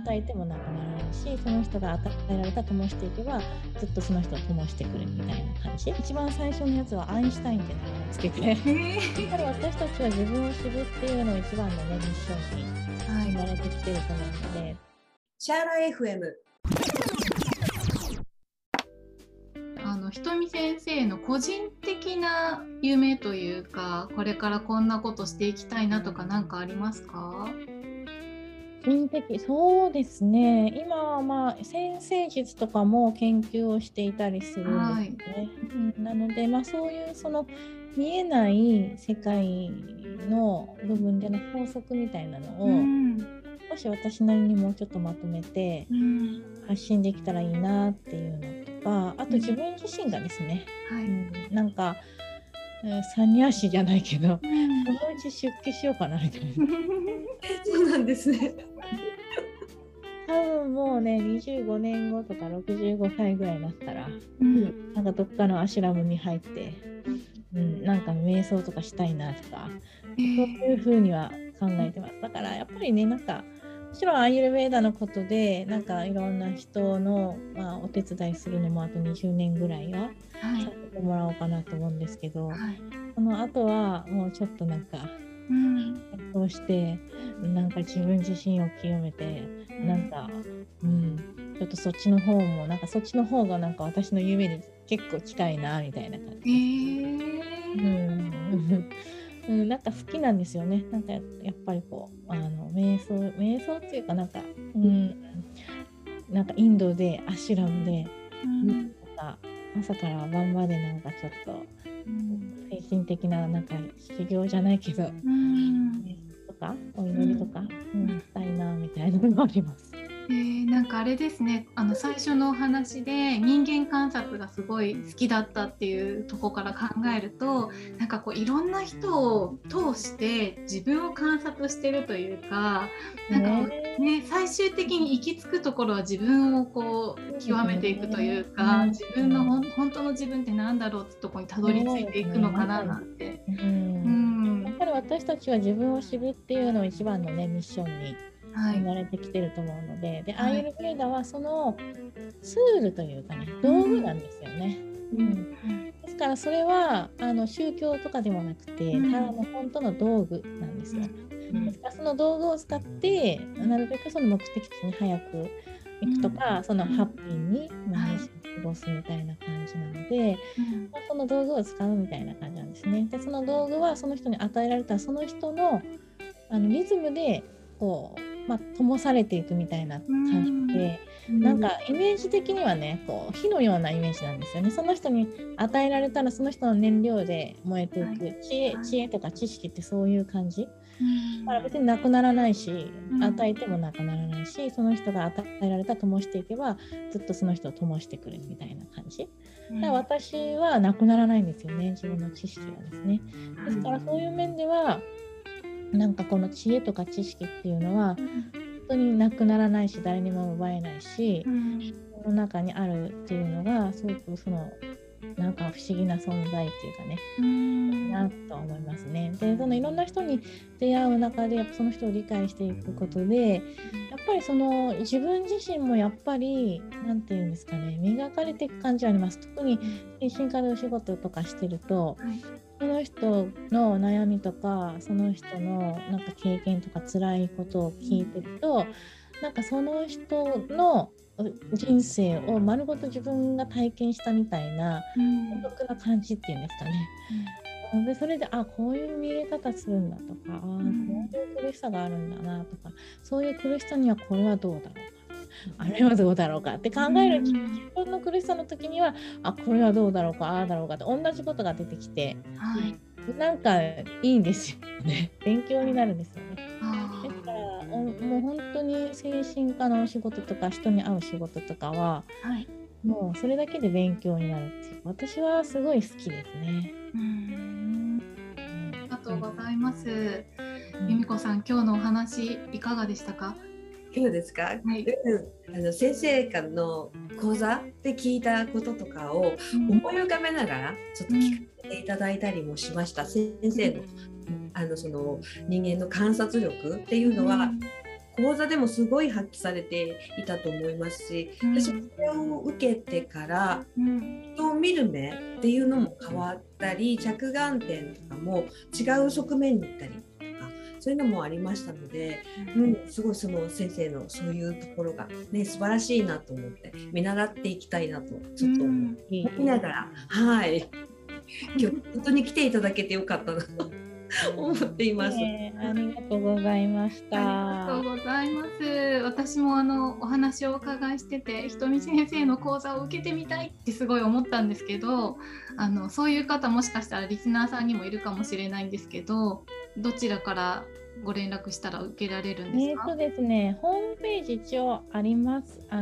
与えてもなくならないし、その人が与えられた灯していけばずっとその人を灯してくれるみたいな感じ。一番最初のやつはアインシュタインって名前をつけてやっぱり私たちは自分を知るっていうのを一番のねミッションに生まれてきてると思うので、 シャーラ FM。 ひとみ先生の個人的な夢というか、これからこんなことしていきたいなとか何かありますか？ そうですね。今は先生術とかも研究をしていたりするんですね。なのでそういうその見えない世界の部分での法則みたいなのを、少し私なりにもうちょっとまとめて発信できたらいいなっていうのとか、あと自分自身がですね、なんかサニャシじゃないけど、そのうち出家しようかなみたいな。 そうなんですね。 多分もうね、25年後とか65歳ぐらいになったら、なんかどっかのアシュラムに入って、なんか瞑想とかしたいなとか、そういう風には考えてます。だからやっぱりね、なんかもちろんアーユルヴェーダのことでなんかいろんな人の、お手伝いするのもあと20年ぐらいはさせてもらおうかなと思うんですけど、その後はもうちょっとなんか、そうしてなんか自分自身を清めて、なんか、ちょっとそっちの方もなんかそっちの方がなんか私の夢に結構近いなみたいな感じ。なんか好きなんですよね。なんかやっぱりこう瞑想っていうかなんか、なんかインドでアシュラムで、なんか朝から晩までなんかちょっと、精神的ななんか修行じゃないけど、とかお祈りとか、したいなみたいなのがあります。 なんかあれですね、最初のお話で人間観察がすごい好きだったっていうところから考えると、なんかこういろんな人を通して自分を観察してるというか、なんかね、最終的に行き着くところは自分をこう極めていくというか、自分の本当の自分ってなんだろうってところにたどり着いていくのかななんて。 やっぱり私たちは自分を知るっていうのを一番のねミッションに生まれてきてると思うので、アーユルヴェーダはそのツールというかね、道具なんですよね。ですからそれは宗教とかでもなくて、ただの本当の道具なんですよ。ですからその道具を使ってなるべくその目的地に早く行くとか、そのハッピーに毎日過ごすみたいな感じなので、その道具を使うみたいな感じなんですね。でその道具はその人に与えられたその人のリズムでこう灯されていくみたいな感じで、なんかイメージ的にはね、こう火のようなイメージなんですよね。その人に与えられたらその人の燃料で燃えていく、知恵とか知識ってそういう感じ。だから別になくならないし、与えてもなくならないし、その人が与えられた灯していけばずっとその人を灯してくれるみたいな感じ。だから私はなくならないんですよね、自分の知識はですね。ですからそういう面ではなんかこの知恵とか知識っていうのは本当になくならないし、誰にも奪えないし、その中にあるっていうのがすごくそのなんか不思議な存在っていうかね、なと思いますね。でそのいろんな人に出会う中でやっぱその人を理解していくことで、やっぱりその自分自身もやっぱりなんていうんですかね、磨かれていく感じはあります。特に精神科でお仕事とかしてると、その人の悩みとかその人のなんか経験とか辛いことを聞いてると、なんかその人の人生を丸ごと自分が体験したみたいな孤独な感じっていうんですかね。でそれでこういう見え方するんだとか、こういう苦しさがあるんだなとか、そういう苦しさにはこれはどうだろうか、あれはどうだろうかって考える自分の苦しさの時にはこれはどうだろうか、ああだろうかって同じことが出てきて、なんかいいんですよね。勉強になるんですよね。だからもう本当に精神科のお仕事とか人に会う仕事とかは、もうそれだけで勉強になるっていう、私はすごい好きですね。 ありがとうございます。由美子さん、今日のお話いかがでしたか？ いかがですか？先生からの講座で聞いたこととかを思い浮かべながらちょっと聞かせていただいたりもしました。先生のその人間の観察力っていうのは、 講座でもすごい発揮されていたと思いますし、私もそれを受けてから人を見る目っていうのも変わったり、着眼点とかも違う側面に行ったりとか、そういうのもありましたので、すごいその先生のそういうところがね素晴らしいなと思って見習っていきたいなとちょっと思いながら、はい、今日本当に来ていただけてよかったなと思っています。 ありがとうございました。 ありがとうございます。私もお話をお伺いしてて、ひとみ先生の講座を受けてみたいってすごい思ったんですけど、そういう方もしかしたらリスナーさんにもいるかもしれないんですけど、どちらからご連絡したら受けられるんですか？ ですね、ホームページ一応あります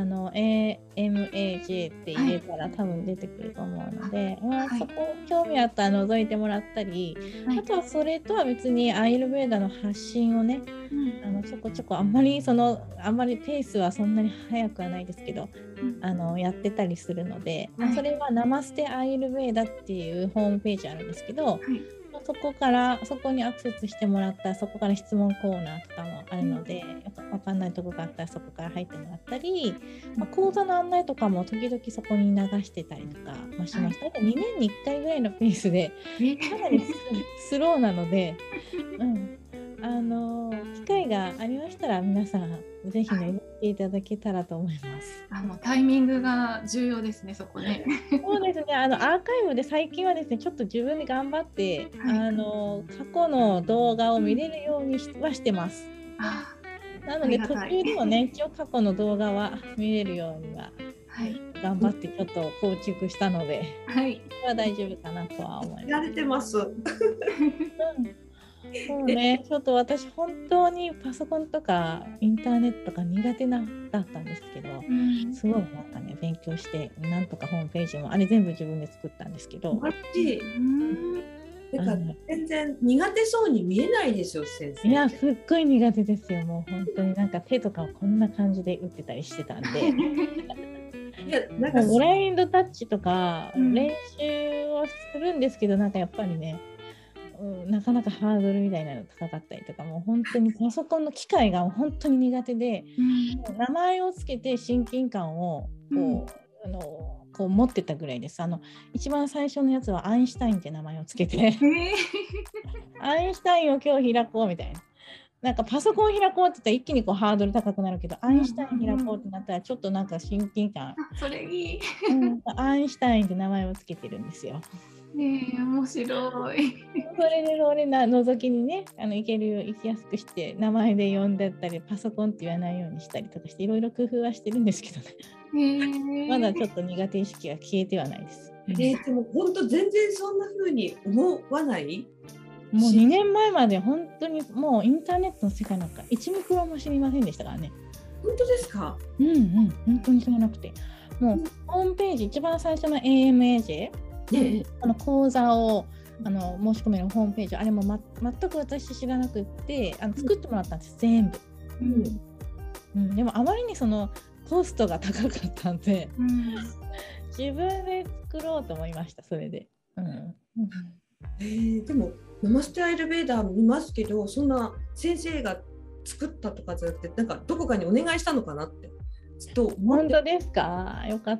。AMAJ って入れたら多分出てくると思うので、そこ興味あったら覗いてもらったり、あとはそれとは別にアイルベーダの発信をね、ちょこちょこあんまりペースはそんなに速くはないですけど、やってたりするので、それはナマステアイルベーダっていうホームページあるんですけど、そこにアクセスしてもらったら、そこから質問コーナーとかもあるので、分かんないとこがあったらそこから入ってもらったり、講座の案内とかも時々そこに流してたりとかしました。2年に1回ぐらいのペースでかなりスローなので、機会がありましたら皆さんぜひね、見ていただけたらと思います。 タイミングが重要ですね、そこね。 そうですね、アーカイブで最近はですね、ちょっと自分で頑張って、過去の動画を見れるようにはしてます。なので途中でもね、一応過去の動画は見れるようには頑張ってちょっと構築したので、それは大丈夫かなとは思います。 やれてます。 そうね、ちょっと私本当にパソコンとかインターネットとか苦手だったんですけど、すごいなんかね勉強してなんとかホームページもあれ全部自分で作ったんですけど、 だから全然苦手そうに見えないですよ、先生。 いや、すっごい苦手ですよ。もう本当になんか手とかをこんな感じで打ってたりしてたんでブラインドタッチとか練習をするんですけど、なんかやっぱりね、なかなかハードルみたいなの高かったりとか、もう本当にパソコンの機械が本当に苦手で、名前をつけて親近感をこう持ってたぐらいです。一番最初のやつはアインシュタインって名前をつけてアインシュタインを今日開こうみたいな、なんかパソコン開こうって言ったら一気にこうハードル高くなるけど、アインシュタイン開こうってなったらちょっとなんか親近感、 それいいアインシュタインって名前をつけてるんですよ。 面白い。 それで覗きにね、行きやすくして名前で呼んでったり、パソコンって言わないようにしたりとかして、いろいろ工夫はしてるんですけどね。まだちょっと苦手意識が消えてはないです。 でも本当全然そんな風に思わない？ もう2年前まで本当にもうインターネットの世界なんか1ミクロも知りませんでしたからね。 本当ですか？ 本当に知らなくて、もうホームページ一番最初の AMAJ、講座を申し込めるホームページ、あれも、全く私知らなくって作ってもらったんです、全部。でもあまりにそのコストが高かったんで、自分で作ろうと思いました、それで。 でもナマステアイルベーダー見ますけど、そんな先生が作ったとかじゃなくて、なんかどこかにお願いしたのかなって本当ですか？よかった。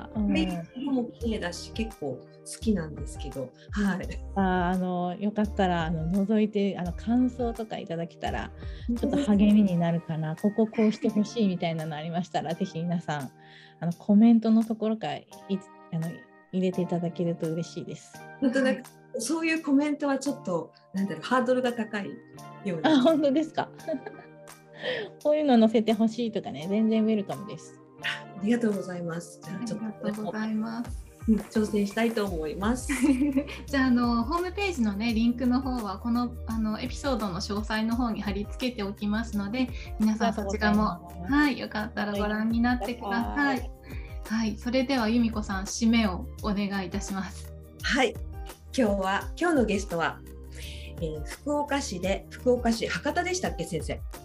色も綺麗だし結構好きなんですけど、 よかったら覗いて感想とかいただけたらちょっと励みになるかな。こうしてほしいみたいなのありましたら、ぜひ皆さんコメントのところから入れていただけると嬉しいです。 本当なんかそういうコメントはちょっとハードルが高いような。 本当ですか？こういうの載せてほしいとかね、全然ウェルカムです。 ありがとうございます。 ありがとうございます。 挑戦したいと思います。 じゃあホームページのねリンクの方はこのエピソードの詳細の方に貼り付けておきますので、皆さんそちらもよかったらご覧になってください。それでは由美子さん、締めをお願いいたします。 今日のゲストは、福岡市博多でしたっけ、先生？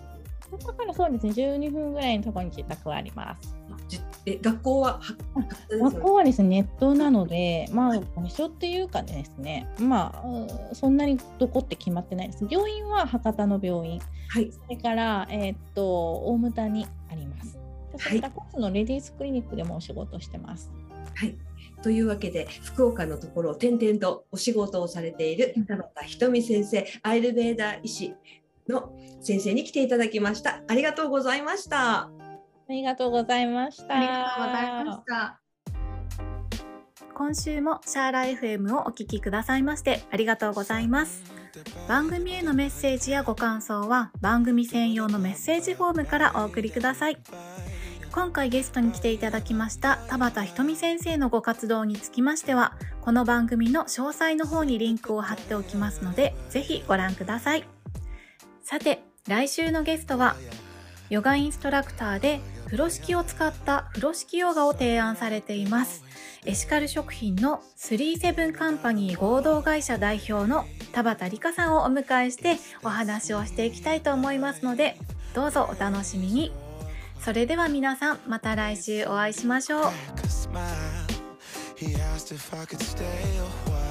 そこからそうですね、12分ぐらいのところに自宅はあります。 学校は学校はですね、ネットなので、場所っていうかですね、そんなにどこって決まってないです。病院は博多の病院、 はい、 それから、大牟田にあります。それからコスのレディースクリニックでもお仕事してます。 はい。というわけで、福岡のところを転々とお仕事をされている田畑ひとみ先生、アイルベーダー医師の先生に来ていただきました。ありがとうございました。 ありがとうございました。 ありがとうございました。 今週もシャーラ FM をお聞きくださいましてありがとうございます。番組へのメッセージやご感想は番組専用のメッセージフォームからお送りください。今回ゲストに来ていただきました田畑ひとみ先生のご活動につきましては、この番組の詳細の方にリンクを貼っておきますので、ぜひご覧ください。さて、来週のゲストはヨガインストラクターで風呂敷を使った風呂敷ヨガを提案されていますエシカル食品の37カンパニー合同会社代表の田畑理香さんをお迎えしてお話をしていきたいと思いますので、どうぞお楽しみに。それでは皆さん、また来週お会いしましょう。